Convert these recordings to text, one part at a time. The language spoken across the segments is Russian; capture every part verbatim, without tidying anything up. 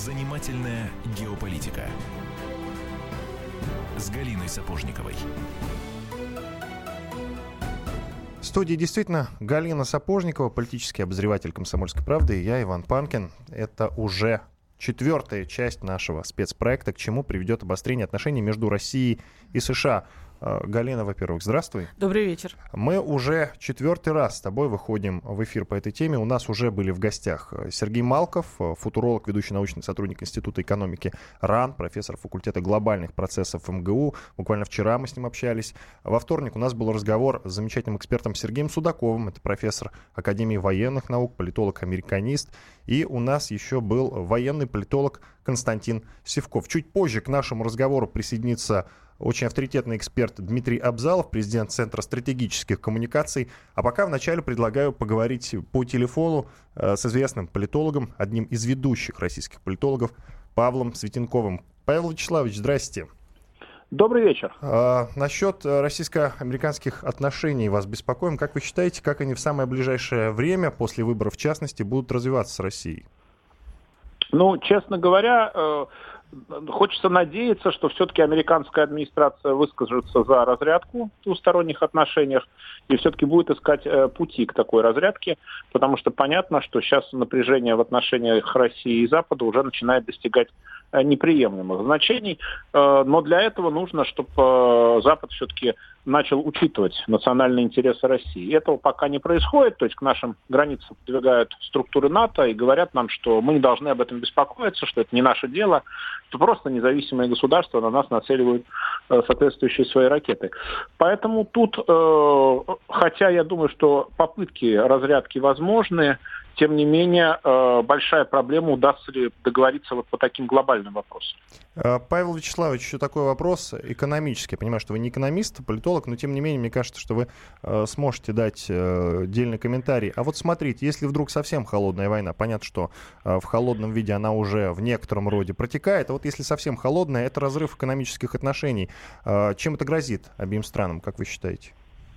Занимательная геополитика с Галиной Сапожниковой. В студии действительно Галина Сапожникова, политический обозреватель «Комсомольской правды», и я, Иван Панкин. Это уже четвертая часть нашего спецпроекта, к чему приведет обострение отношений между Россией и США. Галина, во-первых, здравствуй. Добрый вечер. Мы уже четвертый раз с тобой выходим в эфир по этой теме. У нас уже были в гостях Сергей Малков, футуролог, ведущий научный сотрудник Института экономики РАН, профессор факультета глобальных процессов МГУ. Буквально вчера мы с ним общались. Во вторник у нас был разговор с замечательным экспертом Сергеем Судаковым. Это профессор Академии военных наук, политолог-американист. И у нас еще был военный политолог Константин Сивков. Чуть позже к нашему разговору присоединится очень авторитетный эксперт Дмитрий Абзалов, президент Центра стратегических коммуникаций. А пока вначале предлагаю поговорить по телефону э, с известным политологом, одним из ведущих российских политологов, Павлом Светенковым. Павел Вячеславович, здрасте. Добрый вечер. Э, насчет российско-американских отношений вас беспокоим. Как вы считаете, как они в самое ближайшее время, после выборов в частности, будут развиваться с Россией? Ну, честно говоря, э, хочется надеяться, что все-таки американская администрация выскажется за разрядку в двусторонних отношениях и все-таки будет искать э, пути к такой разрядке, потому что понятно, что сейчас напряжение в отношениях России и Запада уже начинает достигать э, неприемлемых значений, э, но для этого нужно, чтобы э, Запад все-таки начал учитывать национальные интересы России. Этого пока не происходит, то есть к нашим границам подвигают структуры НАТО и говорят нам, что мы не должны об этом беспокоиться, что это не наше дело, что просто независимые государства на нас нацеливают э, соответствующие свои ракеты. Поэтому тут, э, хотя я думаю, что попытки разрядки возможны, тем не менее, э, большая проблема, удастся ли договориться вот по таким глобальным вопросам. Павел Вячеславович, еще такой вопрос экономический. Я понимаю, что вы не экономист, а политолог, но тем не менее, мне кажется, что вы э, сможете дать э, дельный комментарий. А вот смотрите, если вдруг совсем холодная война, понятно, что э, в холодном виде она уже в некотором роде протекает, а вот если совсем холодная, это разрыв экономических отношений. Э, чем это грозит обеим странам, как вы считаете?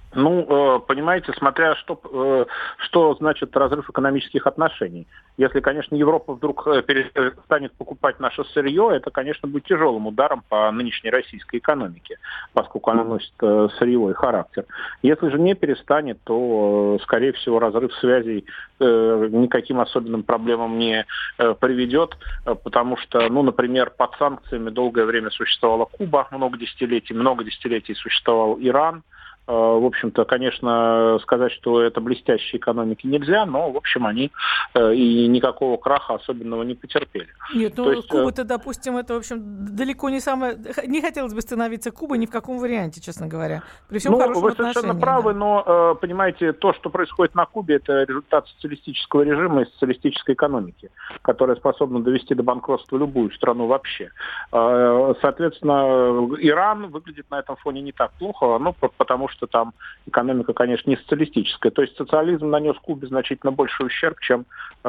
Ну, понимаете, смотря что, что значит разрыв экономических отношений. Если, конечно, Европа вдруг перестанет покупать наше сырье, это, конечно, будет тяжелым ударом по нынешней российской экономике, поскольку она носит сырьевой характер. Если же не перестанет, то, скорее всего, разрыв связей никаким особенным проблемам не приведет, потому что, ну, например, под санкциями долгое время существовала Куба, много десятилетий, много десятилетий существовал Иран. В общем-то, конечно, сказать, что это блестящие экономики нельзя, но, в общем, они и никакого краха особенного не потерпели. Нет, ну, То есть, Куба-то, допустим, это, в общем, далеко не самое... Не хотелось бы становиться Кубой ни в каком варианте, честно говоря. При всем ну, хорошем вы отношении. совершенно правы, да. Но, понимаете, то, что происходит на Кубе, это результат социалистического режима и социалистической экономики, которая способна довести до банкротства любую страну вообще. Соответственно, Иран выглядит на этом фоне не так плохо, ну, потому что что там экономика, конечно, не социалистическая. То есть социализм нанес Кубе значительно больший ущерб, чем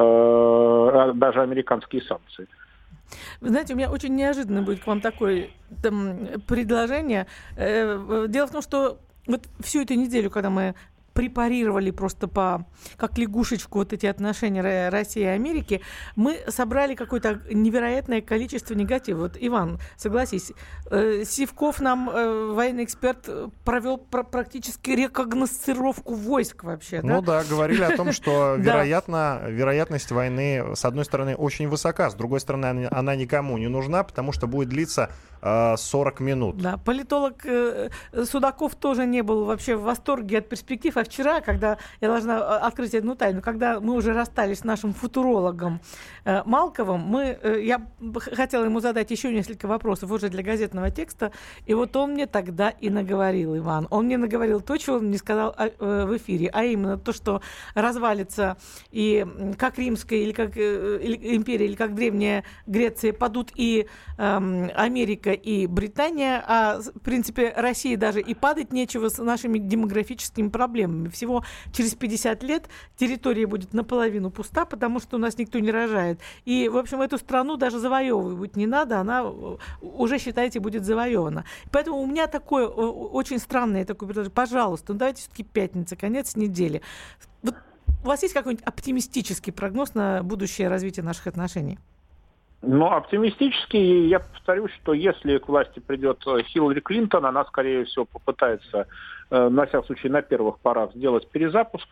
э, даже американские санкции. Вы знаете, у меня очень неожиданно будет к вам такое там, предложение. Дело в том, что вот всю эту неделю, когда мы препарировали просто по, как лягушечку вот эти отношения России и Америки, мы собрали какое-то невероятное количество негатива. Вот, Иван, согласись, э, Сивков нам, э, военный эксперт, провел пр- практически рекогносцировку войск вообще, да? Ну да, говорили о том, что вероятно, вероятность войны, с одной стороны, очень высока, с другой стороны, она никому не нужна, потому что будет длиться э, сорок минут. Да, политолог э, Судаков тоже не был вообще в восторге от перспектив. А вчера, когда я должна открыть одну тайну, когда мы уже расстались с нашим футурологом э, Малковым, мы, э, я хотела ему задать еще несколько вопросов уже для газетного текста, и вот он мне тогда и наговорил, Иван. Он мне наговорил то, чего он не сказал э, в эфире, а именно то, что развалится и как Римская или как э, или, империя, или как Древняя Греция падут и э, Америка, и Британия, а в принципе России даже и падать нечего с нашими демографическими проблемами. Всего через пятьдесят лет территория будет наполовину пуста, потому что у нас никто не рожает. И, в общем, эту страну даже завоевывать не надо, она уже, считайте, будет завоевана. Поэтому у меня такое очень странное такое предложение. Пожалуйста, ну давайте все-таки пятница, конец недели. Вот у вас есть какой-нибудь оптимистический прогноз на будущее развитие наших отношений? Ну, оптимистически я повторюсь, что если к власти придет Хиллари Клинтон, она, скорее всего, попытается, на всяком случае, на первых порах сделать перезапуск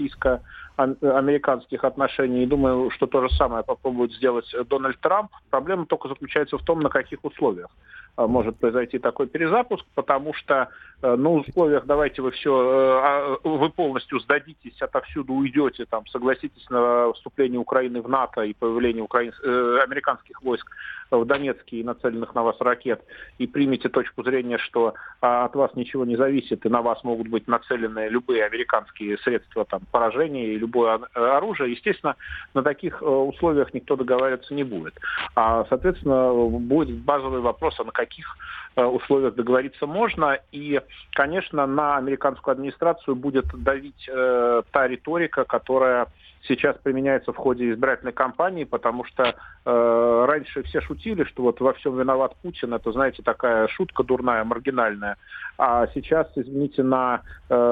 российско-американских отношений. И думаю, что то же самое попробует сделать Дональд Трамп. Проблема только заключается в том, на каких условиях может произойти такой перезапуск, потому что на условиях давайте вы все, вы полностью сдадитесь, отовсюду уйдете, там, согласитесь на вступление Украины в НАТО и появление украин... американских войск в Донецке и нацеленных на вас ракет, и примете точку зрения, что от вас ничего не зависит, и на вас могут быть нацелены любые американские средства там, поражения и любое оружие, естественно, на таких условиях никто договариваться не будет. А, соответственно, будет базовый вопрос, а на каких условиях договориться можно, и, конечно, на американскую администрацию будет давить э, та риторика, которая сейчас применяется в ходе избирательной кампании, потому что э, раньше все шутили, что вот во всем виноват Путин, это, знаете, такая шутка дурная, маргинальная. А сейчас, извините, на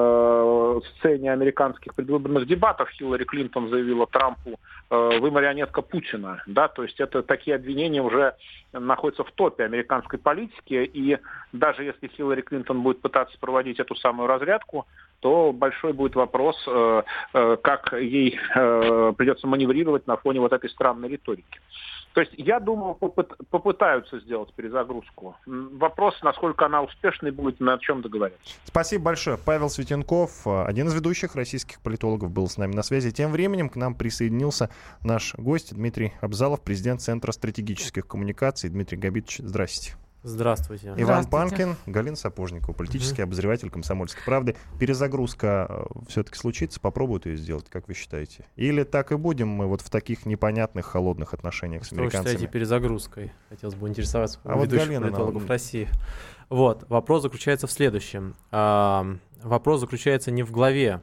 э, сцене американских предвыборных дебатов Хиллари Клинтон заявила Трампу: э, вы марионетка Путина. Да? То есть это такие обвинения уже находятся в топе американской политики, и даже если Хиллари Клинтон будет пытаться проводить эту самую разрядку, то большой будет вопрос, э, э, как ей э, придется маневрировать на фоне вот этой странной риторики. То есть, я думаю, попыт, попытаются сделать перезагрузку. Вопрос, насколько она успешной будет, на чем договорятся. Спасибо большое. Павел Светенков, один из ведущих российских политологов, был с нами на связи. Тем временем к нам присоединился наш гость Дмитрий Абзалов, президент Центра стратегических коммуникаций. Дмитрий Габитович, здрасте. Здравствуйте. Иван Здравствуйте. Панкин, Галина Сапожникова, политический mm-hmm. обозреватель «Комсомольской правды». Перезагрузка все-таки случится? Попробуют ее сделать, как вы считаете? Или так и будем мы вот в таких непонятных, холодных отношениях с Что вы американцами? считаете перезагрузкой? Хотелось бы интересоваться у а ведущих вот политологов нам... России. Вот, вопрос заключается в следующем. А, вопрос заключается не в главе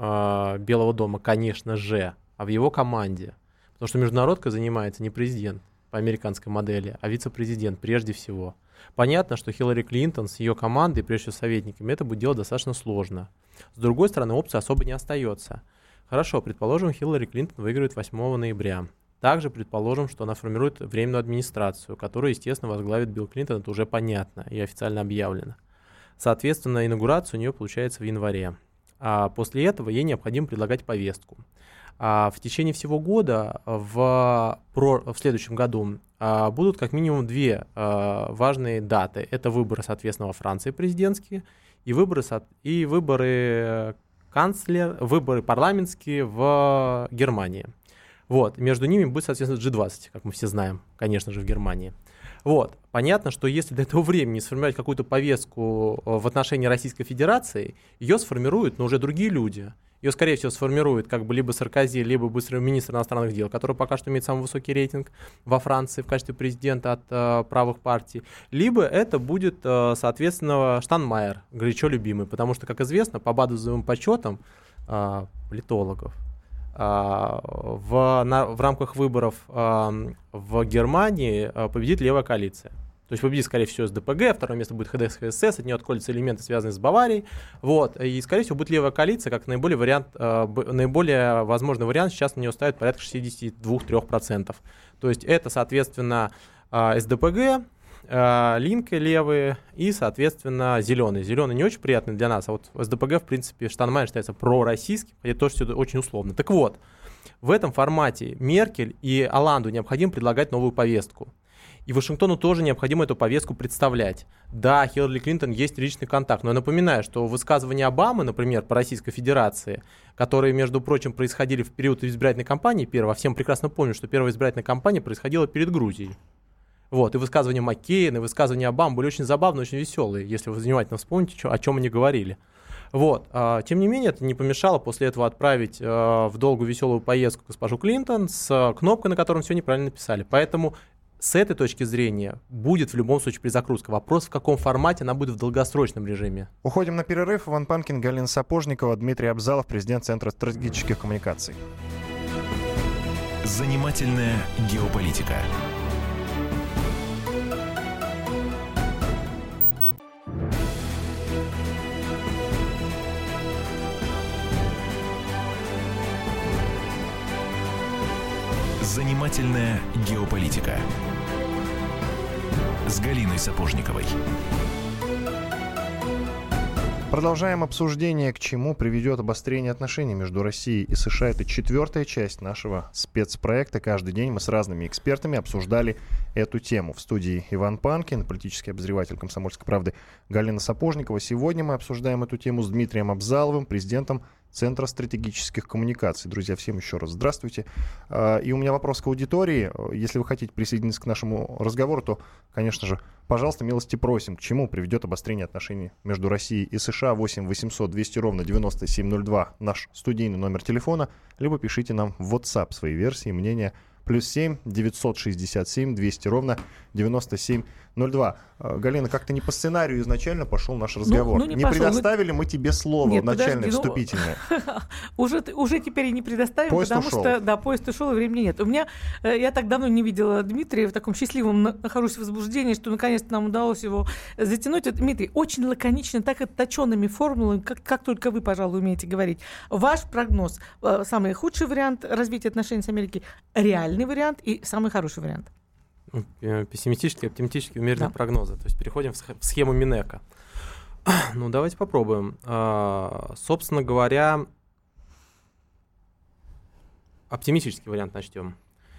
а, Белого дома, конечно же, а в его команде. Потому что международкой занимается не президент по американской модели, а вице-президент прежде всего. Понятно, что Хиллари Клинтон с ее командой, прежде всего советниками, это будет делать достаточно сложно. С другой стороны, опции особо не остается. Хорошо, предположим, Хиллари Клинтон выиграет восьмого ноября. Также предположим, что она формирует временную администрацию, которую, естественно, возглавит Билл Клинтон, это уже понятно и официально объявлено. Соответственно, инаугурация у нее получается в январе. А после этого ей необходимо предлагать повестку. А в течение всего года, в, про, в следующем году, а, будут как минимум две а, важные даты. Это выборы, соответственно, во Франции президентские и выборы, и выборы канцлер, выборы парламентские в Германии. Вот. Между ними будет, соответственно, джи двадцать, как мы все знаем, конечно же, в Германии. Вот. Понятно, что если до этого времени сформировать какую-то повестку в отношении Российской Федерации, ее сформируют, но уже другие люди. Ее, скорее всего, сформирует как бы либо Саркози, либо быстрый министр иностранных дел, который пока что имеет самый высокий рейтинг во Франции в качестве президента от э, правых партий. Либо это будет, э, соответственно, Штайнмайер, горячо любимый. Потому что, как известно, по базовым подсчетам э, политологов, э, в, на, в рамках выборов э, в Германии э, победит левая коалиция. То есть победит, скорее всего, эс дэ пэ гэ, второе место будет ха дэ эс ха эс эс, от нее отколются элементы, связанные с Баварией. Вот. И, скорее всего, будет левая коалиция, как наиболее, вариант, э, наиболее возможный вариант. Сейчас на нее ставят порядка шестьдесят два - три процента. То есть это, соответственно, э, эс дэ пэ гэ, э, Линке левые и, соответственно, зеленые. Зеленые не очень приятные для нас, а вот эс дэ пэ гэ, в принципе, Штайнмайер считается пророссийским, хотя тоже все очень условно. Так вот, в этом формате Меркель и Оланду необходимо предлагать новую повестку. И Вашингтону тоже необходимо эту повестку представлять. Да, Хиллари Клинтон есть личный контакт, но я напоминаю, что высказывания Обамы, например, по Российской Федерации, которые, между прочим, происходили в период избирательной кампании первого, а всем прекрасно помнят, что первая избирательная кампания происходила перед Грузией. Вот, и высказывания Маккейна, и высказывания Обамы были очень забавные, очень веселые, если вы внимательно вспомните, о чем они говорили. Вот. Тем не менее, это не помешало после этого отправить в долгую веселую поездку госпожу Клинтон с кнопкой, на которой все неправильно написали. Поэтому с этой точки зрения будет в любом случае перезагрузка. Вопрос, в каком формате она будет в долгосрочном режиме. Уходим на перерыв. Иван Панкин, Галина Сапожникова, Дмитрий Абзалов, президент Центра стратегических коммуникаций. Занимательная геополитика. Занимательная геополитика с Галиной Сапожниковой. Продолжаем обсуждение, к чему приведет обострение отношений между Россией и США. Это четвертая часть нашего спецпроекта. Каждый день мы с разными экспертами обсуждали эту тему. В студии Иван Панкин, политический обозреватель «Комсомольской правды» Галина Сапожникова. Сегодня мы обсуждаем эту тему с Дмитрием Абзаловым, президентом Центра стратегических коммуникаций. Друзья, всем еще раз здравствуйте. И у меня вопрос к аудитории. Если вы хотите присоединиться к нашему разговору, то, конечно же, пожалуйста, милости просим. К чему приведет обострение отношений между Россией и США? восемь восемьсот двести ровно девяносто семь ноль два наш студийный номер телефона. Либо пишите нам в WhatsApp свои версии, мнения. Плюс семь девятьсот шестьдесят семь двести ровно девяносто семь ноль два. Галина, как-то не по сценарию изначально пошел наш разговор. Ну, ну, не не пошел. предоставили мы тебе слово. Нет, начальное, подожди, вступительное. Ну, уже, уже теперь и не предоставим, Поезд потому ушел. что да, поезд ушел, и времени нет. У меня, я так давно не видела Дмитрия в таком счастливом, нахожусь в возбуждении, что наконец-то нам удалось его затянуть. Вот, Дмитрий, очень лаконично, так отточенными формулами, как, как только вы, пожалуй, умеете говорить. Ваш прогноз, самый худший вариант развития отношений с Америкой, реальный вариант и самый хороший вариант. Пессимистические, оптимистические, умеренные Да. прогнозы. То есть переходим в схему Минека. Ну, давайте попробуем. А, собственно говоря, оптимистический вариант начнем.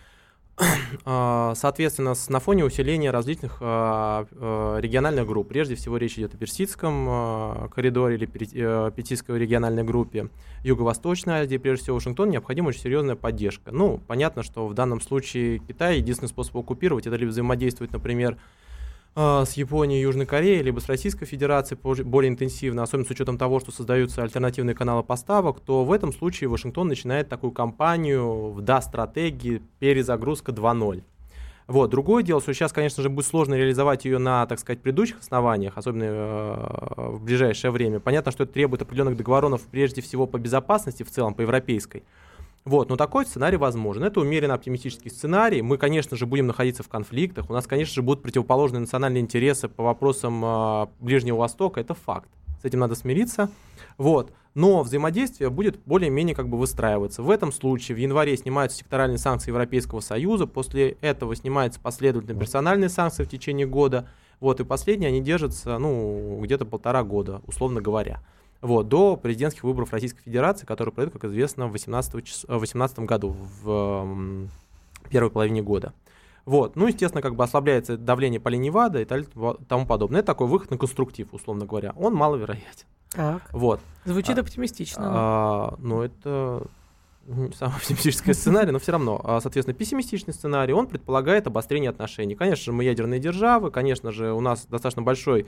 А, соответственно, с, на фоне усиления различных а, а, региональных групп, прежде всего речь идет о Персидском а, коридоре или а, Персидской региональной группе, Юго-Восточной Азии, прежде всего Вашингтон, необходима очень серьезная поддержка. Ну, понятно, что в данном случае Китай единственный способ оккупировать, это либо взаимодействовать, например, с Японией и Южной Кореей, либо с Российской Федерацией более интенсивно, особенно с учетом того, что создаются альтернативные каналы поставок, то в этом случае Вашингтон начинает такую кампанию в да-стратегии перезагрузка два ноль. Вот. Другое дело, что сейчас, конечно же, будет сложно реализовать ее на, так сказать, предыдущих основаниях, особенно э, в ближайшее время. Понятно, что это требует определенных договоров, прежде всего по безопасности в целом, по европейской. Вот, но такой сценарий возможен. Это умеренно оптимистический сценарий. Мы, конечно же, будем находиться в конфликтах. У нас, конечно же, будут противоположные национальные интересы по вопросам э, Ближнего Востока. Это факт. С этим надо смириться. Вот. Но взаимодействие будет более-менее как бы выстраиваться. В этом случае в январе снимаются секторальные санкции Европейского Союза. После этого снимаются последовательно персональные санкции в течение года. Вот. И последние они держатся ну, где-то полтора года, условно говоря. Вот, до президентских выборов Российской Федерации, которые пройдут, как известно, в две тысячи восемнадцатом году, в э, первой половине года. Вот. Ну, естественно, как бы ослабляется давление по линии ВАДА и тому подобное. Это такой выход на конструктив, условно говоря. Он маловероятен. Так. Вот. Звучит а, оптимистично. А, ну, это не самый оптимистический сценарий, но все равно. Соответственно, пессимистичный сценарий, он предполагает обострение отношений. Конечно же, мы ядерные державы, конечно же, у нас достаточно большой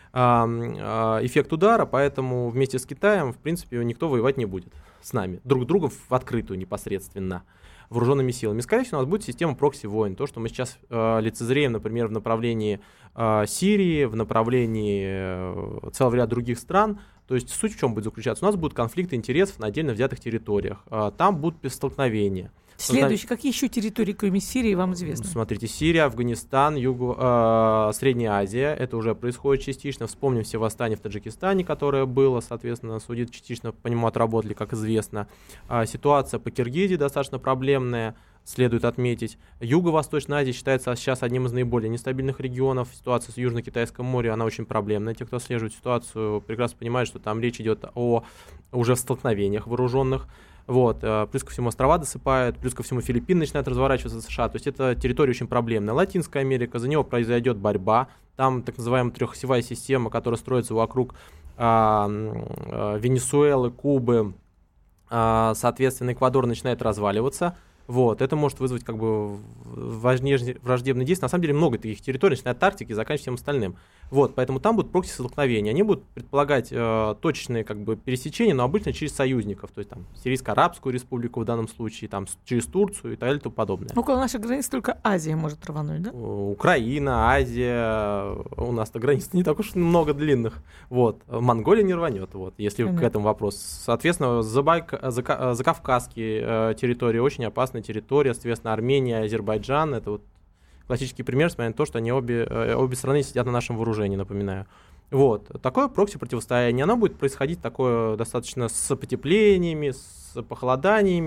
эффект удара, поэтому вместе с Китаем, в принципе, никто воевать не будет с нами, друг друга в открытую непосредственно, вооруженными силами. И, скорее всего, у нас будет система прокси-войн. То, что мы сейчас э, лицезреем, например, в направлении э, Сирии, в направлении э, целого ряда других стран. То есть суть в чем будет заключаться? У нас будут конфликты интересов на отдельно взятых территориях. Э, там будут столкновения. Следующие, какие еще территории, кроме Сирии, вам известны? Смотрите, Сирия, Афганистан, Юго, э, Средняя Азия, это уже происходит частично. Вспомним все восстания в Таджикистане, которое было, соответственно, судьи частично по нему отработали, как известно. Э, ситуация по Киргизии достаточно проблемная, следует отметить. Юго-Восточная Азия считается сейчас одним из наиболее нестабильных регионов. Ситуация с Южно-Китайском морем, она очень проблемная. Те, кто отслеживает ситуацию, прекрасно понимают, что там речь идет о уже столкновениях вооруженных. Вот, плюс ко всему острова досыпают, плюс ко всему Филиппины начинают разворачиваться в США. То есть это территория очень проблемная. Латинская Америка, за него произойдет борьба. Там так называемая трехосевая система, которая строится вокруг а, а, Венесуэлы, Кубы, а, соответственно, Эквадор начинает разваливаться. Вот, это может вызвать как бы враждебные действия. На самом деле много таких территорий, начиная от Арктики и заканчивая всем остальным. Вот, поэтому там будут прокси-столкновения. Они будут предполагать э, точечные как бы, пересечения, но обычно через союзников. То есть там Сирийско-Арабскую республику в данном случае, там, через Турцию и так далее и тому подобное. Около наших границ только Азия может рвануть, да? Украина, Азия. У нас-то границ не так уж много длинных. Вот. Монголия не рванет, вот, если Понятно. К этому вопрос. Соответственно, Забайк... Зака... Закавказские э, территории очень опасная территория. Соответственно, Армения, Азербайджан. Это вот классический пример, смотря на то, что они обе, обе страны сидят на нашем вооружении, напоминаю. Вот. Такое прокси-противостояние, оно будет происходить такое достаточно с потеплениями, с похолоданиями.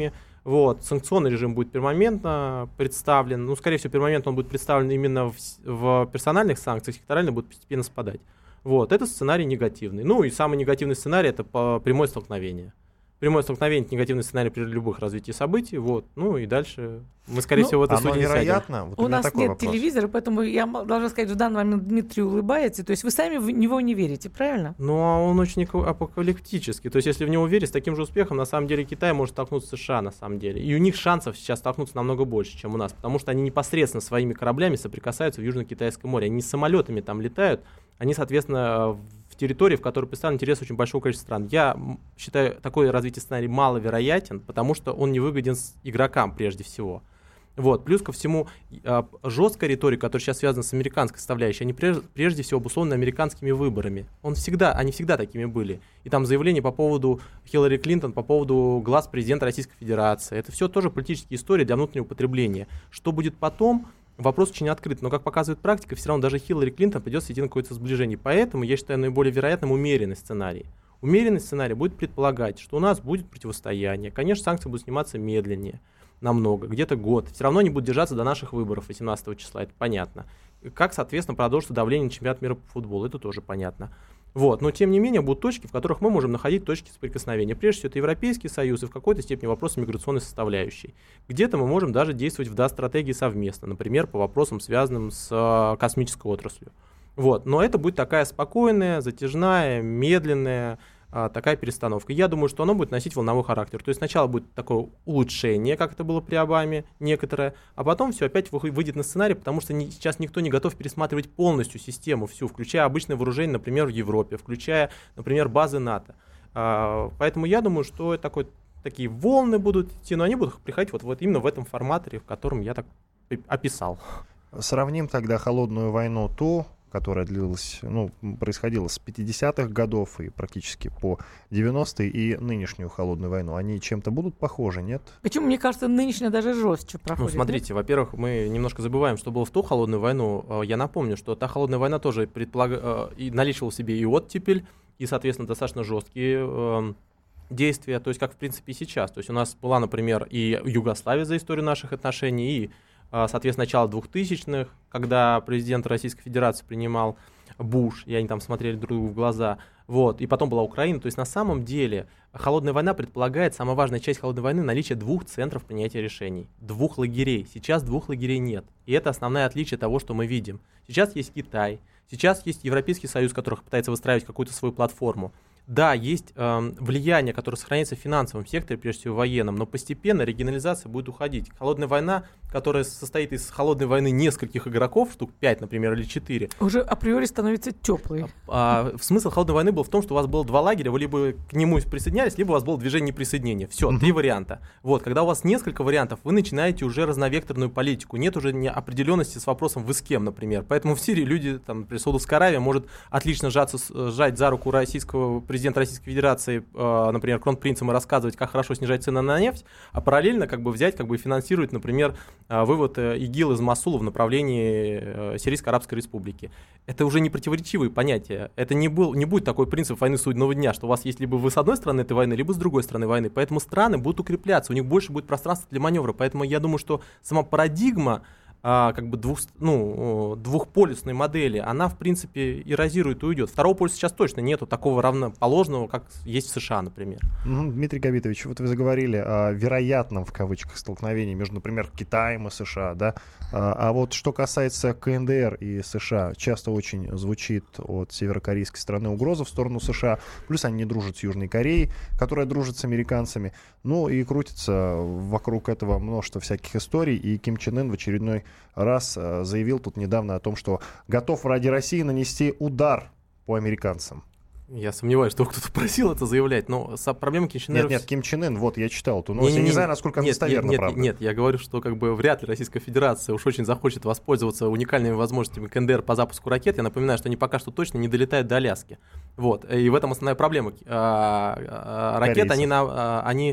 Вот. Санкционный режим будет перманентно представлен. Ну, скорее всего, перманентно он будет представлен именно в, в персональных санкциях, секторально будет постепенно спадать. Вот. Это сценарий негативный. Ну и самый негативный сценарий — это прямое столкновение. Прямое столкновение — это негативный сценарий при любых развитии событий. Вот. Ну и дальше мы, скорее ну, всего, в этой студии вероятно. Вот у, у нас нет вопрос. телевизора, поэтому я должна сказать, что в данный момент Дмитрий улыбается. То есть вы сами в него не верите, правильно? Ну, а он очень апокалиптический. То есть если в него верить, с таким же успехом, на самом деле, Китай может столкнуться с США, на самом деле. И у них шансов сейчас столкнуться намного больше, чем у нас. Потому что они непосредственно своими кораблями соприкасаются в Южно-Китайском море. Они с самолетами там летают. Они, соответственно, в территории, в которой представлен интерес очень большого количества стран. Я считаю, такой развитие сценария маловероятен, потому что он не выгоден игрокам прежде всего. Вот. Плюс ко всему, жесткая риторика, которая сейчас связана с американской составляющей, они прежде всего обусловлены американскими выборами. Он всегда, они всегда такими были. И там заявления по поводу Хиллари Клинтон, по поводу глаз президента Российской Федерации. Это все тоже политические истории для внутреннего потребления. Что будет потом? Вопрос очень открыт, но, как показывает практика, все равно даже Хиллари Клинтон придется идти на какое-то сближение. Поэтому я считаю наиболее вероятным умеренный сценарий. Умеренный сценарий будет предполагать, что у нас будет противостояние. Конечно, санкции будут сниматься медленнее, намного, где-то год. Все равно они будут держаться до наших выборов восемнадцатого числа, это понятно. Как, соответственно, продолжится давление на чемпионат мира по футболу, это тоже понятно. Вот. Но, тем не менее, будут точки, в которых мы можем находить точки соприкосновения. Прежде всего, это Европейский Союз и в какой-то степени вопросы миграционной составляющей. Где-то мы можем даже действовать в да-стратегии совместно, например, по вопросам, связанным с э, космической отраслью. Вот. Но это будет такая спокойная, затяжная, медленная э, такая перестановка. Я думаю, что оно будет носить волновой характер. То есть сначала будет такое улучшение, как это было при Обаме, некоторое, а потом все опять выйдет на сценарий, потому что не, сейчас никто не готов пересматривать полностью систему всю, включая обычное вооружение, например, в Европе, включая, например, базы НАТО. А, поэтому я думаю, что такой, такие волны будут идти, но они будут приходить вот, вот именно в этом форматоре, в котором я так описал. Сравним тогда холодную войну ту, которая длилась, ну, происходила с пятидесятых годов и практически по девяностые, и нынешнюю холодную войну. Они чем-то будут похожи, нет? Почему, мне кажется, нынешняя даже жестче проходит? Ну, смотрите, да? Во-первых, мы немножко забываем, что было в ту холодную войну. Я напомню, что та холодная война тоже предполаг... и наличивала в себе и оттепель, и, соответственно, достаточно жесткие э, действия, то есть как, в принципе, и сейчас. То есть у нас была, например, и Югославия за историю наших отношений, и соответственно, начало двухтысячных, когда президент Российской Федерации принимал Буш, и они там смотрели друг другу в глаза, вот, и потом была Украина. То есть на самом деле холодная война предполагает, самая важная часть холодной войны, наличие двух центров принятия решений, двух лагерей. Сейчас двух лагерей нет, и это основное отличие того, что мы видим. Сейчас есть Китай, сейчас есть Европейский Союз, который пытается выстраивать какую-то свою платформу. Да, есть э, влияние, которое сохраняется в финансовом секторе, прежде всего военном, но постепенно регионализация будет уходить. Холодная война, которая состоит из холодной войны нескольких игроков, штук пять, например, или четыре. Уже априори становится теплой. А, а, смысл холодной войны был в том, что у вас было два лагеря, вы либо к нему присоединялись, либо у вас было движение неприсоединения. Все, mm-hmm. три варианта. Вот, когда у вас несколько вариантов, вы начинаете уже разновекторную политику. Нет уже неопределенности с вопросом «вы с кем», например. Поэтому в Сирии люди, там, например, Саудовская Аравия может отлично сжаться, сжать за руку российского президента Российской Федерации, э, например, кронпринцем, и рассказывать, как хорошо снижать цены на нефть, а параллельно как бы взять, как бы финансировать, например, э, вывод э, ИГИЛ из Мосула в направлении э, Сирийской Арабской Республики. Это уже не противоречивые понятия. Это не, был, не будет такой принцип войны судного дня, что у вас есть либо вы с одной стороны этой войны, либо с другой стороны войны. Поэтому страны будут укрепляться, у них больше будет пространства для маневра. Поэтому я думаю, что сама парадигма А, как бы двух, ну, двухполюсной модели, она, в принципе, эрозирует и уйдет. Второго полюса сейчас точно нету такого равноположного, как есть в США, например. Mm-hmm. Дмитрий Габитович, вот вы заговорили о вероятном, в кавычках, столкновении между, например, Китаем и США, да? А, а вот что касается КНДР и США, часто очень звучит от северокорейской страны угроза в сторону США, плюс они не дружат с Южной Кореей, которая дружит с американцами, ну и крутится вокруг этого множество всяких историй, и Ким Чен Ын в очередной раз заявил тут недавно о том, что готов ради России нанести удар по американцам. Я сомневаюсь, что кто-то просил это заявлять, но проблема Ким Чен Ына... Нет, нет, Ким Чен Ын, вот я читал эту новость, я не знаю, насколько она достоверна, нет, правда. Нет, я говорю, что как бы вряд ли Российская Федерация уж очень захочет воспользоваться уникальными возможностями КНДР по запуску ракет. Я напоминаю, что они пока что точно не долетают до Аляски. Вот, и в этом основная проблема. Ракеты, они, на, они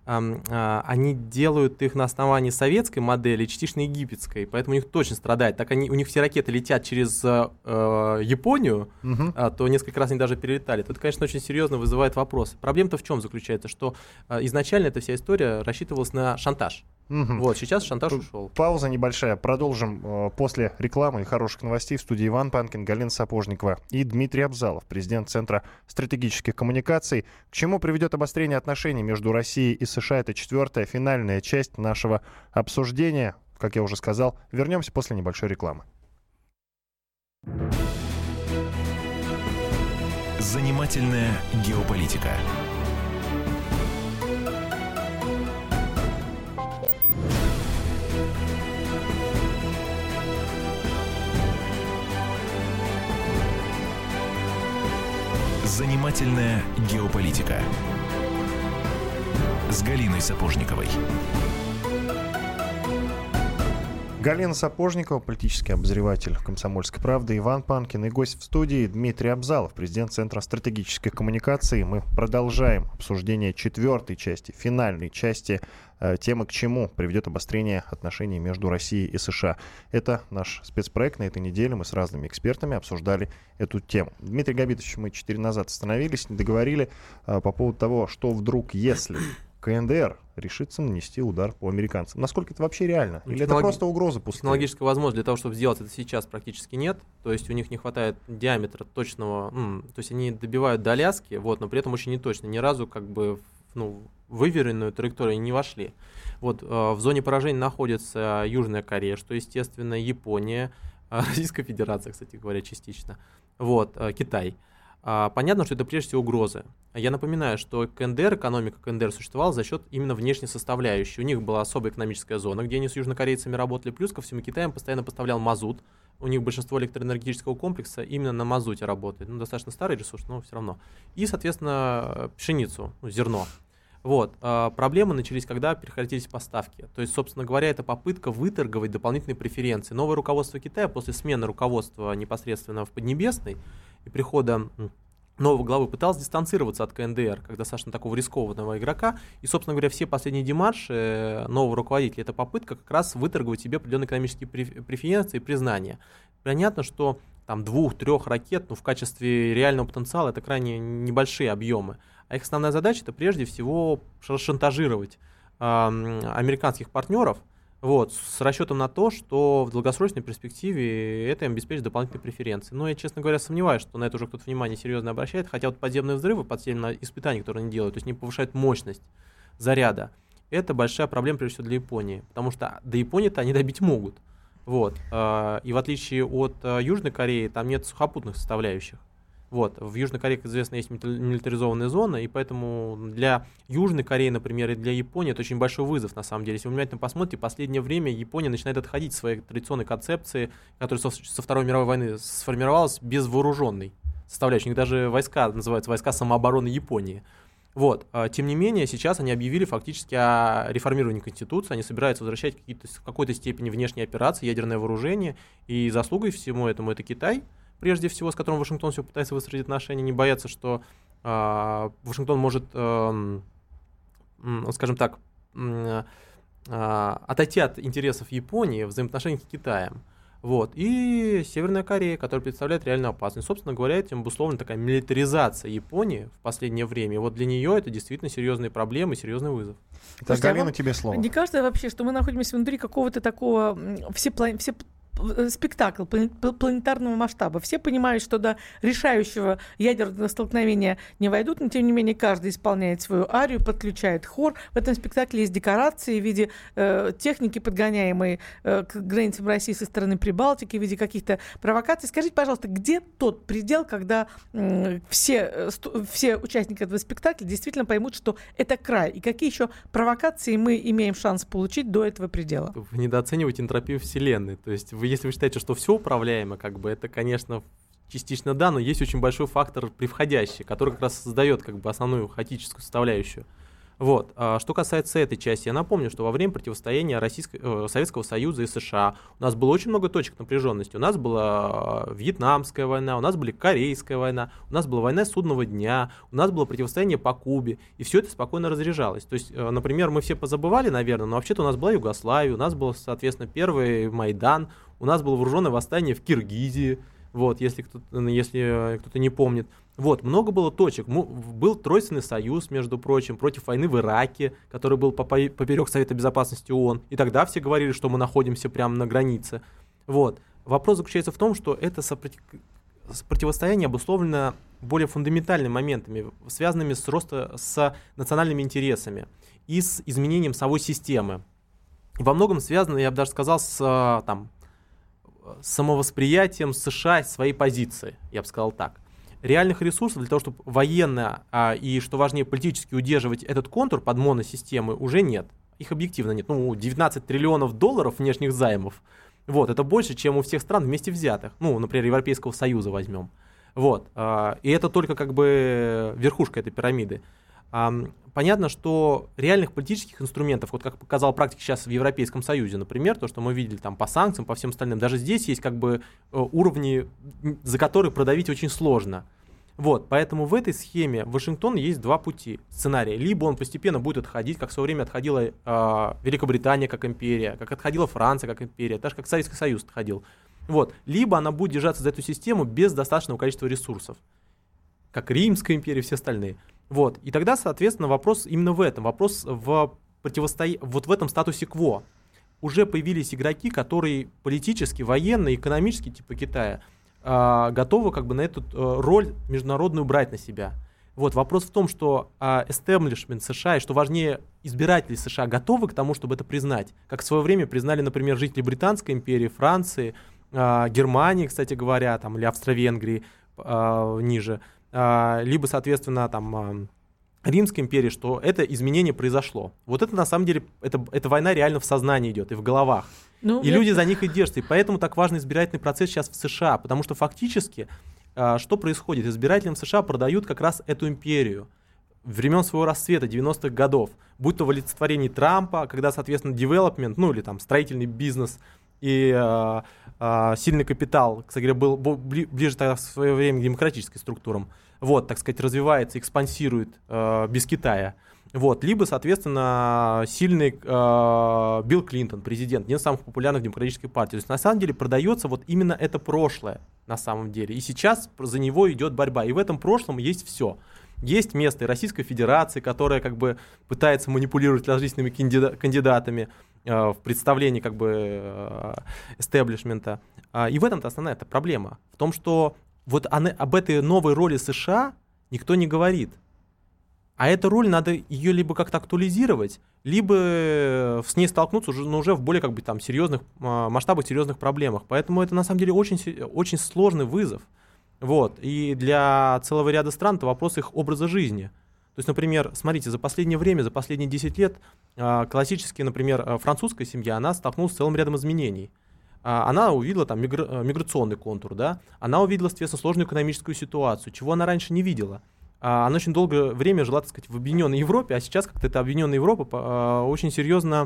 они делают их на основании советской модели, частично египетской, поэтому у них точно страдает. Так они, у них все ракеты летят через э, Японию, угу. а, то несколько раз они даже перелетали. Тут, конечно, очень серьезно вызывает вопрос. Проблема-то в чем заключается? Что э, изначально эта вся история рассчитывалась на шантаж. Угу. Вот, сейчас шантаж ушел. Пауза небольшая. Продолжим э, после рекламы и хороших новостей. В студии Иван Панкин, Галина Сапожникова и Дмитрий Абзалов, президент Центра стратегических коммуникаций. К чему приведет обострение отношений между Россией и США? Это четвертая, финальная часть нашего обсуждения. Как я уже сказал, вернемся после небольшой рекламы. Занимательная геополитика. Занимательная геополитика с Галиной Сапожниковой. Галина Сапожникова, политический обозреватель «Комсомольской правды», Иван Панкин и гость в студии Дмитрий Абзалов, президент Центра стратегических коммуникаций. Мы продолжаем обсуждение четвертой части, финальной части э, темы, к чему приведет обострение отношений между Россией и США. Это наш спецпроект на этой неделе. Мы с разными экспертами обсуждали эту тему. Дмитрий Габитович, мы четыре назад остановились, не договорили э, по поводу того, что вдруг, если КНДР решится нанести удар по американцам. Насколько это вообще реально? Или это просто угроза пустая? Технологической возможности для того, чтобы сделать это сейчас, практически нет. То есть у них не хватает диаметра точного. М- то есть они добивают до Аляски, вот, но при этом очень неточно. Ни разу как бы ну, выверенную траекторию не вошли. Вот, э, в зоне поражения находится Южная Корея, что, естественно, Япония, э, Российская Федерация, кстати говоря, частично, вот, э, Китай. Понятно, что это прежде всего угрозы. Я напоминаю, что КНДР, экономика КНДР существовала за счет именно внешней составляющей. У них была особая экономическая зона, где они с южнокорейцами работали. Плюс ко всему Китай им постоянно поставлял мазут. У них большинство электроэнергетического комплекса именно на мазуте работает. Ну, достаточно старый ресурс, но все равно. И, соответственно, пшеницу, ну, зерно. Вот. Проблемы начались, когда прекратились поставки. То есть, собственно говоря, это попытка выторговать дополнительные преференции. Новое руководство Китая после смены руководства непосредственно в Поднебесной и прихода нового главы пыталась дистанцироваться от КНДР, как достаточно такого рискованного игрока. И, собственно говоря, все последние демарши нового руководителя — это попытка как раз выторговать себе определенные экономические преференции и признания. Понятно, что там двух-трех ракет, ну, в качестве реального потенциала это крайне небольшие объемы. А их основная задача — это прежде всего шантажировать э, американских партнеров, вот, с расчетом на то, что в долгосрочной перспективе это им обеспечит дополнительные преференции. Но я, честно говоря, сомневаюсь, что на это уже кто-то внимание серьезно обращает, хотя вот подземные взрывы, подземные испытания, которые они делают, то есть они повышают мощность заряда, это большая проблема, прежде всего, для Японии, потому что до Японии-то они добить могут. Вот. И в отличие от Южной Кореи, там нет сухопутных составляющих. Вот. В Южной Корее, как известно, есть милитаризованная зона, и поэтому для Южной Кореи, например, и для Японии это очень большой вызов, на самом деле. Если вы внимательно посмотрите, в последнее время Япония начинает отходить от своей традиционной концепции, которая со, со Второй мировой войны сформировалась без вооруженной составляющей. У них даже войска называются войска самообороны Японии. Вот. Тем не менее, сейчас они объявили фактически о реформировании Конституции, они собираются возвращать какие-то, в какой-то степени внешние операции, ядерное вооружение, и заслугой всему этому это Китай, прежде всего, с которым Вашингтон все пытается выстроить отношения, не боятся, что э, Вашингтон может, э, э, скажем так, э, э, отойти от интересов Японии в взаимоотношениях с Китаем. Вот. И Северная Корея, которая представляет реальную опасность. Собственно говоря, этим обусловлена такая милитаризация Японии в последнее время. И вот для нее это действительно серьезные проблемы, серьезный вызов. Так, Галина, тебе слово. Не кажется вообще, что мы находимся внутри какого-то такого всеплан... все спектакль планетарного масштаба. Все понимают, что до решающего ядерного столкновения не войдут, но тем не менее каждый исполняет свою арию, подключает хор. В этом спектакле есть декорации в виде э, техники, подгоняемой э, к границам России со стороны Прибалтики, в виде каких-то провокаций. Скажите, пожалуйста, где тот предел, когда э, все, сто, все участники этого спектакля действительно поймут, что это край, и какие еще провокации мы имеем шанс получить до этого предела? Вы недооцениваете энтропию Вселенной. То есть вы, если вы считаете, что все управляемо, как бы это, конечно, частично да, но есть очень большой фактор превходящий, который как раз создает как бы основную хаотическую составляющую. Вот. А что касается этой части, я напомню, что во время противостояния Российского, э, Советского Союза и США у нас было очень много точек напряженности. У нас была Вьетнамская война, у нас была Корейская война, у нас была война Судного дня, у нас было противостояние по Кубе, и все это спокойно разряжалось. То есть, э, например, мы все позабывали, наверное, но вообще-то у нас была Югославия, у нас был, соответственно, первый Майдан, у нас было вооруженное восстание в Киргизии, вот, если кто-то, если кто-то не помнит. Вот, много было точек. Был Тройственный союз, между прочим, против войны в Ираке, который был поперек Совета Безопасности ООН. И тогда все говорили, что мы находимся прямо на границе. Вот. Вопрос заключается в том, что это сопротив... противостояние обусловлено более фундаментальными моментами, связанными с, роста... с национальными интересами и с изменением самой системы. И во многом связано, я бы даже сказал, с там, самовосприятием США своей позиции, я бы сказал так. Реальных ресурсов для того, чтобы военно а, и, что важнее, политически удерживать этот контур под моносистемы, уже нет. Их объективно нет. Ну, девятнадцать триллионов долларов внешних займов, вот, это больше, чем у всех стран вместе взятых. Ну, например, Европейского Союза возьмем. Вот, а, и это только как бы верхушка этой пирамиды. А, понятно, что реальных политических инструментов, вот как показала практика сейчас в Европейском Союзе, например, то, что мы видели там по санкциям, по всем остальным, даже здесь есть как бы уровни, за которые продавить очень сложно. Вот, поэтому в этой схеме Вашингтона есть два пути сценария. Либо он постепенно будет отходить, как в свое время отходила э, Великобритания как империя, как отходила Франция как империя, так же как Советский Союз отходил. Вот, либо она будет держаться за эту систему без достаточного количества ресурсов, как Римская империя и все остальные. Вот, и тогда, соответственно, вопрос именно в этом, вопрос в противостоянии, вот в этом статусе кво. Уже появились игроки, которые политически, военно, экономически, типа Китая, готовы как бы на эту роль международную брать на себя. Вот, вопрос в том, что эстеблишмент США, и что важнее, избиратели США готовы к тому, чтобы это признать, как в свое время признали, например, жители Британской империи, Франции, Германии, кстати говоря, там, или Австро-Венгрии ниже, либо, соответственно, там, Римской империи, что это изменение произошло. Вот это на самом деле, это, эта война реально в сознании идет и в головах. Ну, и я... люди за них и держатся. И поэтому так важен избирательный процесс сейчас в США, потому что фактически что происходит? Избирателям США продают как раз эту империю времен своего расцвета, девяностых годов, будь то в олицетворении Трампа, когда, соответственно, development, ну или там строительный бизнес и э, э, сильный капитал, кстати говоря, был ближе тогда в свое время к демократическим структурам, вот, так сказать, развивается, экспансирует э, без Китая. Вот, либо, соответственно, сильный э, Билл Клинтон, президент, один из самых популярных демократических партий. То есть, на самом деле, продается вот именно это прошлое, на самом деле. И сейчас за него идет борьба. И в этом прошлом есть все. Есть место и Российской Федерации, которая как бы пытается манипулировать различными кандида- кандидатами э, в представлении как бы э, эстеблишмента. Э, и в этом-то основная эта проблема. В том, что вот она, об этой новой роли США никто не говорит. А эту роль надо ее либо как-то актуализировать, либо с ней столкнуться уже, но уже в более как бы, там, серьезных масштабах, серьезных проблемах. Поэтому это на самом деле очень, очень сложный вызов. Вот. И для целого ряда стран это вопрос их образа жизни. То есть, например, смотрите, за последнее время, за последние десять лет классически, например, французская семья, она столкнулась с целым рядом изменений. Она увидела там мигра- миграционный контур, да? Она увидела, соответственно, сложную экономическую ситуацию, чего она раньше не видела. Она очень долгое время жила, так сказать, в Объединенной Европе, а сейчас как-то эта Объединенная Европа очень серьезно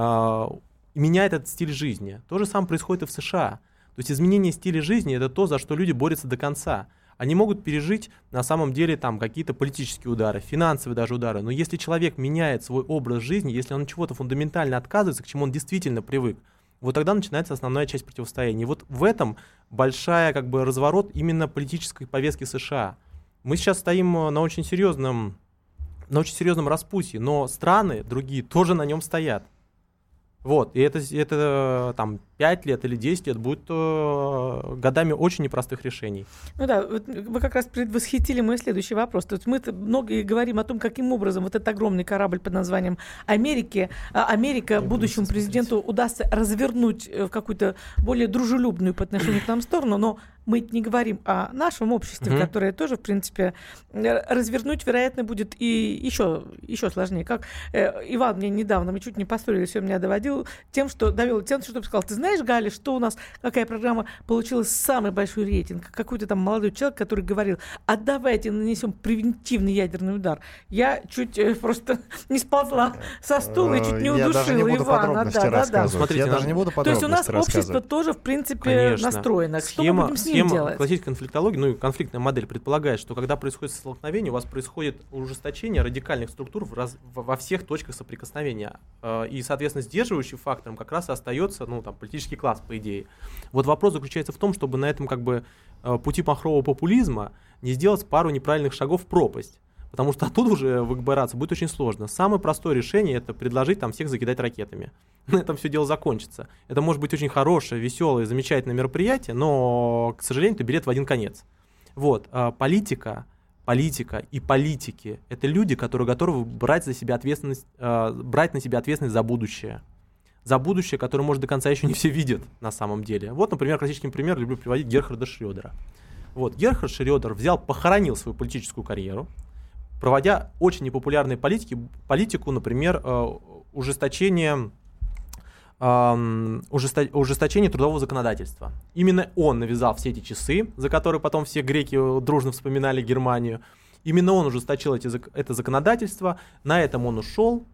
меняет этот стиль жизни. То же самое происходит и в США. То есть изменение стиля жизни – это то, за что люди борются до конца. Они могут пережить на самом деле там какие-то политические удары, финансовые даже удары, но если человек меняет свой образ жизни, если он от чего-то фундаментально отказывается, к чему он действительно привык, вот тогда начинается основная часть противостояния. И вот в этом большая как бы разворот именно политической повестки США. Мы сейчас стоим на очень серьезном, на очень серьезном распутье, но страны другие тоже на нем стоят. Вот, и это, это там пять лет или десять лет будет э, годами очень непростых решений. Ну да, вот вы как раз предвосхитили мой следующий вопрос. То есть мы много говорим о том, каким образом вот этот огромный корабль под названием Америки, Америка будущему президенту удастся развернуть в какую-то более дружелюбную по отношению к нам сторону, но мы не говорим о нашем обществе, mm-hmm. которое тоже, в принципе, развернуть, вероятно, будет и еще, еще сложнее. Как э, Иван мне недавно, мы чуть не поссорились, он меня доводил тем, что довел тем, что сказал, ты знаешь, Галя, что у нас, какая программа получила самый большой рейтинг? Какой-то там молодой человек, который говорил, а давайте нанесем превентивный ядерный удар. Я чуть э, просто не сползла со стула и чуть не удушила Я даже не буду Ивана. Да, да, да. Смотрите, я даже не буду То есть у нас общество тоже, в принципе, Конечно. настроено. Что Схема, мы будем с ним схема делать? Классической конфликтологии, ну и конфликтная модель предполагает, что когда происходит столкновение, у вас происходит ужесточение радикальных структур в раз, в, во всех точках соприкосновения. И, соответственно, сдерживающим фактором как раз и остается, ну, там, политический класс, по идее. Вот вопрос заключается в том, чтобы на этом как бы пути махрового популизма не сделать пару неправильных шагов в пропасть. Потому что оттуда уже выбираться будет очень сложно. Самое простое решение — это предложить там всех закидать ракетами. На этом все дело закончится. Это может быть очень хорошее, веселое, замечательное мероприятие, но, к сожалению, это билет в один конец. Вот. А политика, политика и политики — это люди, которые готовы брать, за себя ответственность, э, брать на себя ответственность за будущее. За будущее, которое, может, до конца еще не все видят на самом деле. Вот, например, классический пример люблю приводить Герхарда Шрёдера. Вот. Герхард Шрёдер взял, похоронил свою политическую карьеру, проводя очень непопулярные политики, политику, например, э, ужесточение, э, ужесто, ужесточение трудового законодательства. Именно он навязал все эти часы, за которые потом все греки дружно вспоминали Германию. Именно он ужесточил эти, это законодательство, на этом он ушел,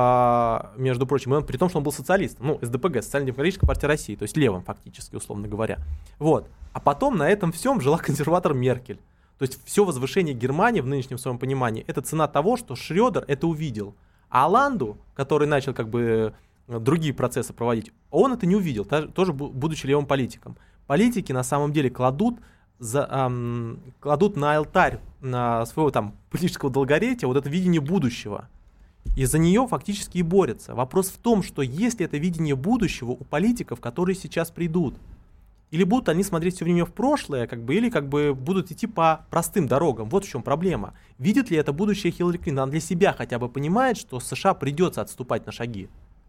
э, между прочим, и он, при том, что он был социалистом, ну, эс дэ пэ гэ, Социально-демократическая партия России, то есть левым фактически, условно говоря. Вот. А потом на этом всем жила консерватор Меркель. То есть все возвышение Германии в нынешнем своем понимании — это цена того, что Шрёдер это увидел. А Оланду, который начал как бы другие процессы проводить, он это не увидел, тоже будучи левым политиком. Политики на самом деле кладут, за, эм, кладут на алтарь на своего там политического долголетия вот это видение будущего. И за нее фактически и борются. Вопрос в том, что есть ли это видение будущего у политиков, которые сейчас придут. Или будут они смотреть все время в прошлое, как бы, или как бы будут идти по простым дорогам. Вот в чем проблема. Видит ли это будущее Хиллари Клинтон? Она для себя хотя бы понимает, что США придется отступать на шаги.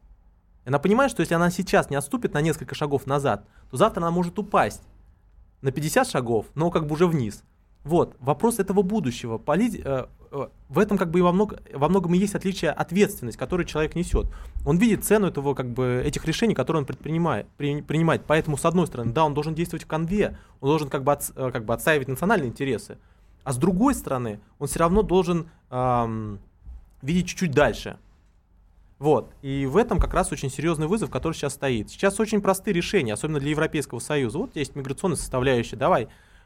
Она понимает, что если она сейчас не отступит на несколько шагов назад, то завтра она может упасть на пятьдесят шагов, но как бы уже вниз. Вот, вопрос этого будущего. Полит... В этом как бы и во, много... во многом и есть отличие ответственность, которую человек несет. Он видит цену этого, как бы, этих решений, которые он предпринимает, при... принимает. Поэтому, с одной стороны, да, он должен действовать в конве, он должен как бы, от... как бы отстаивать национальные интересы. А с другой стороны, он все равно должен эм... видеть чуть-чуть дальше. Вот. И в этом как раз очень серьезный вызов, который сейчас стоит. Сейчас очень простые решения, особенно для Европейского Союза. Вот есть миграционная составляющая. Давай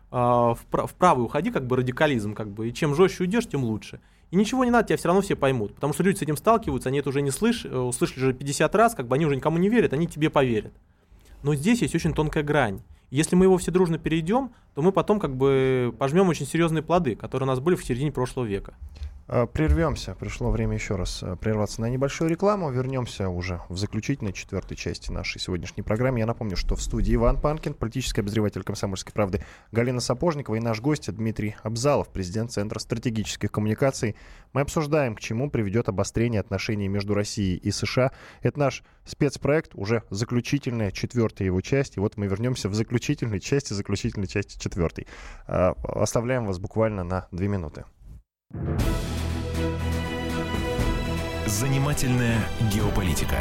в правый уходи, как бы радикализм, как бы, и чем жестче уйдешь, тем лучше. И ничего не надо, тебя все равно все поймут, потому что люди с этим сталкиваются, они это уже не слышали, услышали уже пятьдесят раз, как бы они уже никому не верят, они тебе поверят. Но здесь есть очень тонкая грань. Если мы его все дружно перейдем, то мы потом как бы пожмем очень серьезные плоды, которые у нас были в середине прошлого века. Прервемся. Пришло время еще раз прерваться на небольшую рекламу. Вернемся уже в заключительной четвертой части нашей сегодняшней программы. Я напомню, что в студии Иван Панкин, политический обозреватель «Комсомольской правды» Галина Сапожникова и наш гость Дмитрий Абзалов, президент Центра стратегических коммуникаций. Мы обсуждаем, к чему приведет обострение отношений между Россией и США. Это наш спецпроект, уже заключительная, четвертая его часть. И вот мы вернемся в заключительной части, заключительной части четвертой. Оставляем вас буквально на две минуты. Занимательная геополитика.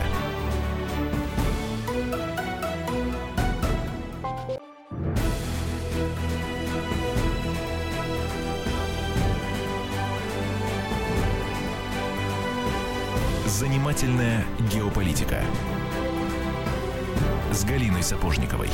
Занимательная геополитика с Галиной Сапожниковой.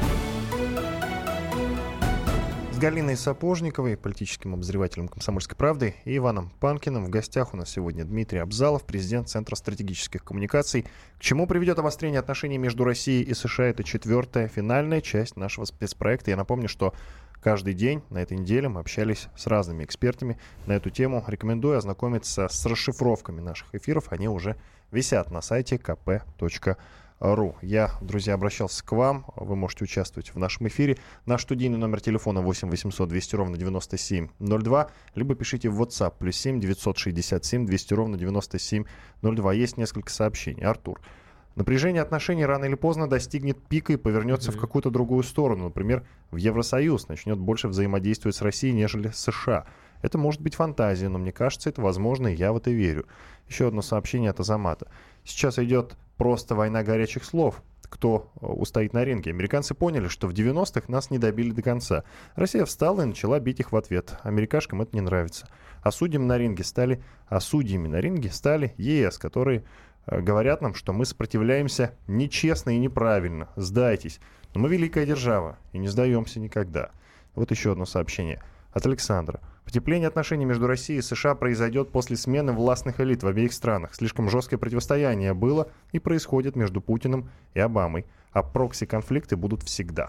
Галиной Сапожниковой, политическим обозревателем «Комсомольской правды», и Иваном Панкиным. В гостях у нас сегодня Дмитрий Абзалов, президент Центра стратегических коммуникаций. К чему приведет обострение отношений между Россией и США? Это четвертая, финальная часть нашего спецпроекта. Я напомню, что каждый день на этой неделе мы общались с разными экспертами на эту тему. Рекомендую ознакомиться с расшифровками наших эфиров. Они уже висят на сайте ка пэ точка ру. Я, друзья, обращался к вам. Вы можете участвовать в нашем эфире. Наш студийный номер телефона восемь восемьсот двести ровно девяносто семь ноль два. Либо пишите в WhatsApp плюс семь девятьсот шестьдесят семь двести ровно девяносто семь ноль два. Есть несколько сообщений. Артур. Напряжение отношений рано или поздно достигнет пика и повернется mm-hmm. в какую-то другую сторону. Например, в Евросоюз начнет больше взаимодействовать с Россией, нежели с США. Это может быть фантазия, но мне кажется, это возможно, и я в это верю. Еще одно сообщение от Азамата. Сейчас идет просто война горячих слов. Кто устоит на ринге? Американцы поняли, что в девяностых нас не добили до конца. Россия встала и начала бить их в ответ. Америкашкам это не нравится. А судьями на ринге стали, а судьями на ринге стали ЕС, которые говорят нам, что мы сопротивляемся нечестно и неправильно. Сдайтесь. Но мы великая держава и не сдаемся никогда. Вот еще одно сообщение от Александра. Потепление отношений между Россией и США произойдет после смены властных элит в обеих странах. Слишком жесткое противостояние было и происходит между Путиным и Обамой. А прокси-конфликты будут всегда.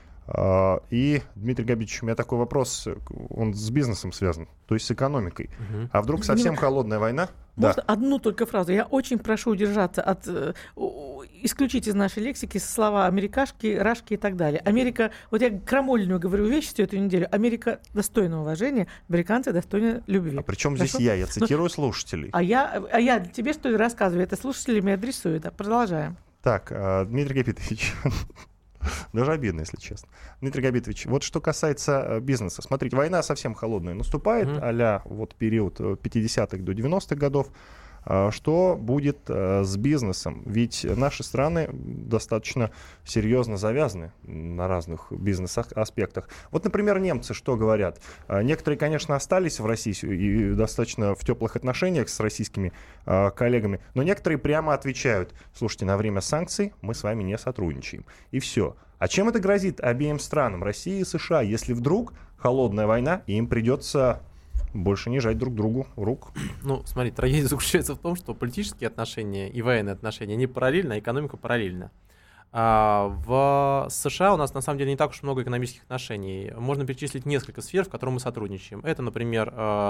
И, Дмитрий Габитович, у меня такой вопрос, он с бизнесом связан, то есть с экономикой. Угу. А вдруг совсем холодная война? Можно да. одну только фразу? Я очень прошу удержаться от... Исключить из нашей лексики слова америкашки, рашки и так далее. Америка, вот я крамольную говорю вещь всю эту неделю, Америка достойна уважения, американцы достойны любви. А при чем Хорошо? Здесь я? Я цитирую ну, слушателей. А я, а я тебе что ли рассказываю? Это слушателями адресую. Да? Продолжаем. Так, Дмитрий Габитович... Даже обидно, если честно. Дмитрий Габитович, вот что касается бизнеса. Смотрите, война совсем холодная наступает, mm-hmm. а-ля вот период пятидесятых до девяностых годов. Что будет с бизнесом? Ведь наши страны достаточно серьезно завязаны на разных бизнес-аспектах. Вот, например, немцы что говорят? Некоторые, конечно, остались в России и достаточно в теплых отношениях с российскими коллегами, но некоторые прямо отвечают: слушайте, на время санкций мы с вами не сотрудничаем. И все. А чем это грозит обеим странам, России и США, если вдруг холодная война, и им придется... больше не жать друг другу рук? Ну, смотри, трагедия заключается в том, что политические отношения и военные отношения, они параллельны, а экономика параллельна. А в США у нас, на самом деле, не так уж много экономических отношений. Можно перечислить несколько сфер, в которых мы сотрудничаем. Это, например,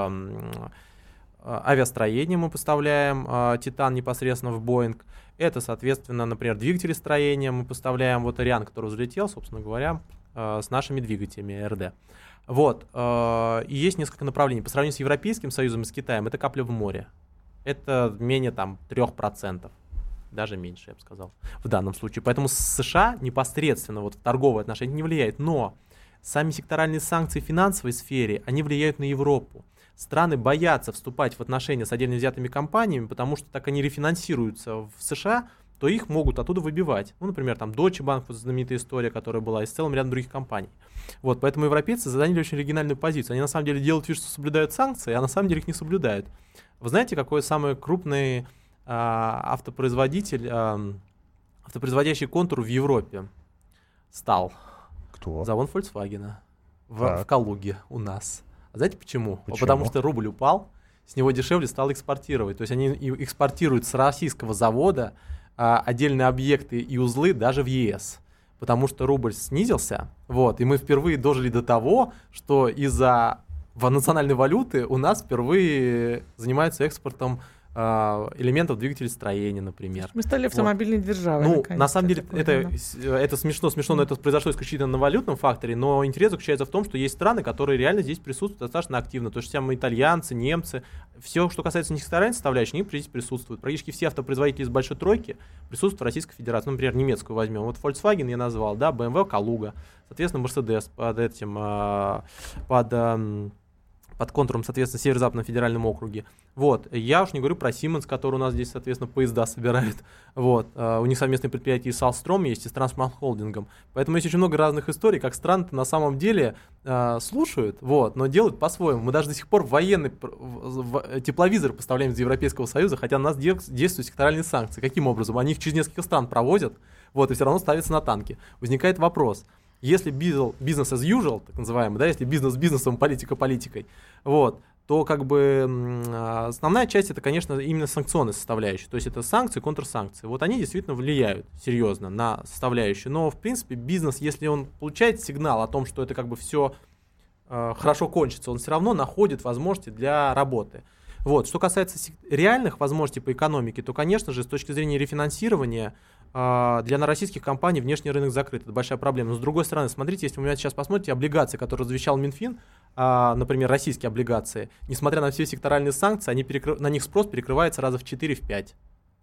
авиастроение мы поставляем, Титан непосредственно в Боинг. Это, соответственно, например, двигателестроение мы поставляем, вот Ариан, который взлетел, собственно говоря, с нашими двигателями эр дэ. Вот, и есть несколько направлений. По сравнению с Европейским Союзом и с Китаем, это капля в море. Это менее там трех процентов. Даже меньше, я бы сказал, в данном случае. Поэтому США непосредственно вот в торговые отношения не влияет. Но сами секторальные санкции в финансовой сфере, они влияют на Европу. Страны боятся вступать в отношения с отдельно взятыми компаниями, потому что так они рефинансируются в США, то их могут оттуда выбивать. Ну, например, там Deutsche Bank, вот знаменитая история, которая была, и с целым рядом других компаний. Вот, поэтому европейцы заняли очень оригинальную позицию. Они на самом деле делают вид, что соблюдают санкции, а на самом деле их не соблюдают. Вы знаете, какой самый крупный а, автопроизводитель, а, автопроизводящий контур в Европе стал? Кто? Завод Volkswagen в, в Калуге у нас. А знаете почему? Почему? Потому что рубль упал, с него дешевле стало экспортировать. То есть они экспортируют с российского завода а, отдельные объекты и узлы даже в ЕС. Потому что рубль снизился, вот, и мы впервые дожили до того, что из-за национальной валюты у нас впервые занимаются экспортом э, элементов двигателестроения, например. Мы стали автомобильной вот. державой. Ну, на самом деле, это, это смешно, смешно, но это произошло исключительно на валютном факторе, но интерес заключается в том, что есть страны, которые реально здесь присутствуют достаточно активно. То есть все мы итальянцы, немцы, все, что касается несекторальной составляющей, они здесь присутствуют. Практически все автопроизводители из большой тройки присутствуют в Российской Федерации. Ну, например, немецкую возьмем. Вот Volkswagen я назвал, да, бэ эм вэ, Калуга, соответственно, Mercedes под этим, под... под контуром, соответственно, Северо-Западном федеральном округе. Вот. Я уж не говорю про Siemens, который у нас здесь, соответственно, поезда собирает. Вот. Uh, у них совместные предприятия и с Alstom есть, и с Transmart Holding. Поэтому есть очень много разных историй, как страны-то на самом деле uh, слушают, вот, но делают по-своему. Мы даже до сих пор военный в, в, тепловизор поставляем из Европейского Союза, хотя на нас де- действуют секторальные санкции. Каким образом? Они их через несколько стран провозят, вот, и все равно ставятся на танки. Возникает вопрос. Если бизнес as usual, так называемый, да, если бизнес бизнесом, политика политикой, вот, то как бы основная часть это, конечно, именно санкционная составляющая, то есть это санкции, контрсанкции. Вот они действительно влияют серьезно на составляющую, но в принципе бизнес, если он получает сигнал о том, что это как бы все э, хорошо кончится, он все равно находит возможности для работы. Вот. Что касается реальных возможностей по экономике, то, конечно же, с точки зрения рефинансирования, для российских компаний внешний рынок закрыт. Это большая проблема. Но с другой стороны, смотрите, если вы меня сейчас посмотрите, облигации, которые завещал Минфин, например, российские облигации, несмотря на все секторальные санкции, они перекры... на них спрос перекрывается раза в четыре-пять.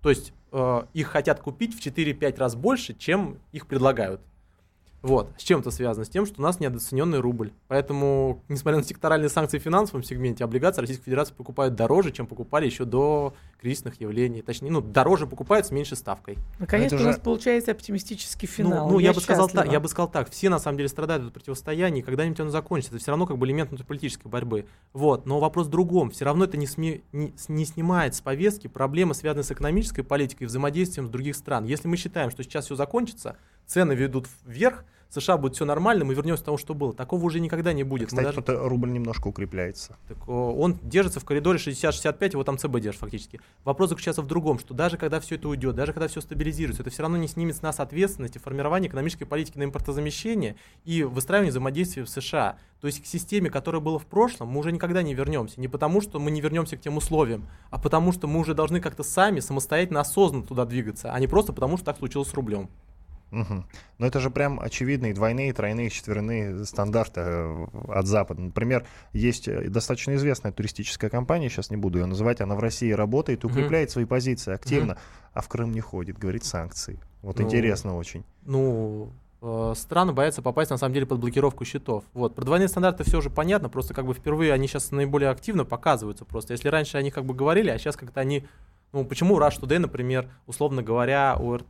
То есть э, их хотят купить в четыре-пять раз больше, чем их предлагают. Вот. С чем это связано? С тем, что у нас недооцененный рубль. Поэтому, несмотря на секторальные санкции в финансовом сегменте, облигации Российской Федерации покупают дороже, чем покупали еще до кризисных явлений. Точнее, ну, дороже покупают с меньшей ставкой. Наконец-то же... у нас получается оптимистический финал. Ну, ну я, я, бы сказал так, я бы сказал так, все на самом деле страдают от противостояния, и когда-нибудь оно закончится. Это все равно как бы элемент внутриполитической борьбы. Вот. Но вопрос в другом. Все равно это не, сми... не, не снимает с повестки проблемы, связанные с экономической политикой и взаимодействием с других стран. Если мы считаем, что сейчас все закончится, цены ведут вверх, США будет все нормально, мы вернемся к тому, что было. Такого уже никогда не будет. Кстати, даже... тут рубль немножко укрепляется. Так, он держится в коридоре шестьдесят шестьдесят пять, его там ЦБ держит фактически. Вопрос заключается в другом, что даже когда все это уйдет, даже когда все стабилизируется, это все равно не снимет с нас ответственности формирования экономической политики на импортозамещение и выстраивание взаимодействия в США. То есть к системе, которая была в прошлом, мы уже никогда не вернемся. Не потому, что мы не вернемся к тем условиям, а потому, что мы уже должны как-то сами, самостоятельно, осознанно туда двигаться, а не просто потому, что так случилось с рублем. Угу. Но это же прям очевидные двойные, тройные, четверные стандарты от Запада. Например, есть достаточно известная туристическая компания, сейчас не буду ее называть, она в России работает и укрепляет угу. свои позиции активно, угу. а в Крым не ходит, говорит санкции. Вот ну, интересно очень. Ну, э, страны боятся попасть на самом деле под блокировку счетов. Вот. Про двойные стандарты все уже понятно, просто как бы впервые они сейчас наиболее активно показываются просто. Если раньше они как бы говорили, а сейчас как-то они... Ну, почему Rush Today, например, условно говоря, ОРТ,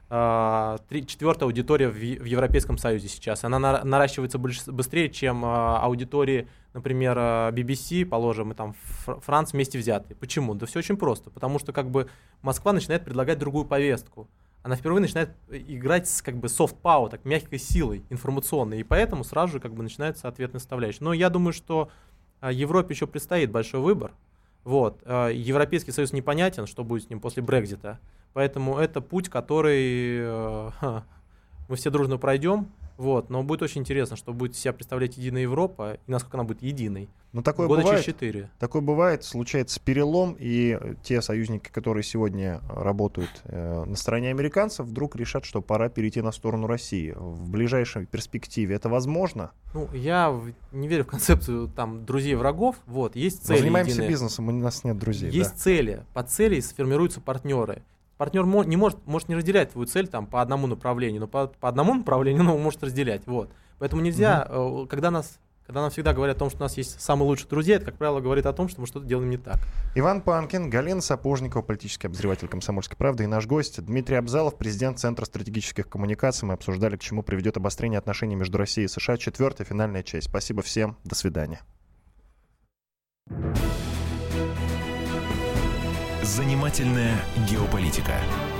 э, четвертая аудитория в, в Европейском Союзе сейчас. Она на, наращивается больш, быстрее, чем э, аудитории, например, би би си, положим, и там Франц вместе взятые. Почему? Да все очень просто. Потому что как бы Москва начинает предлагать другую повестку. Она впервые начинает играть с как бы soft power, так, мягкой силой информационной. И поэтому сразу же как бы начинается ответная составляющая. Но я думаю, что э, Европе еще предстоит большой выбор. Вот. Европейский Союз непонятен, что будет с ним после Брексита. Поэтому это путь, который э, мы все дружно пройдем. Вот. Но будет очень интересно, что будет из себя представлять единая Европа и насколько она будет единой. Но такое года бывает, через четыре. Такое бывает, случается перелом, и те союзники, которые сегодня работают э, на стороне американцев, вдруг решат, что пора перейти на сторону России. В ближайшей перспективе это возможно? Ну, я не верю в концепцию там друзей врагов. Вот, есть цели. Мы занимаемся единые. бизнесом, у нас нет друзей. Есть да. цели. По цели сформируются партнеры. Партнер мо- не может, может не разделять твою цель там, по одному направлению, но по, по одному направлению но он может разделять. Вот. Поэтому нельзя, угу. э, когда нас Когда нам всегда говорят о том, что у нас есть самые лучшие друзья, это, как правило, говорит о том, что мы что-то делаем не так. Иван Панкин, Галина Сапожникова, политический обозреватель «Комсомольской правды», и наш гость Дмитрий Абзалов, президент Центра стратегических коммуникаций. Мы обсуждали, к чему приведет обострение отношений между Россией и США. Четвертая, финальная часть. Спасибо всем. До свидания. Занимательная геополитика.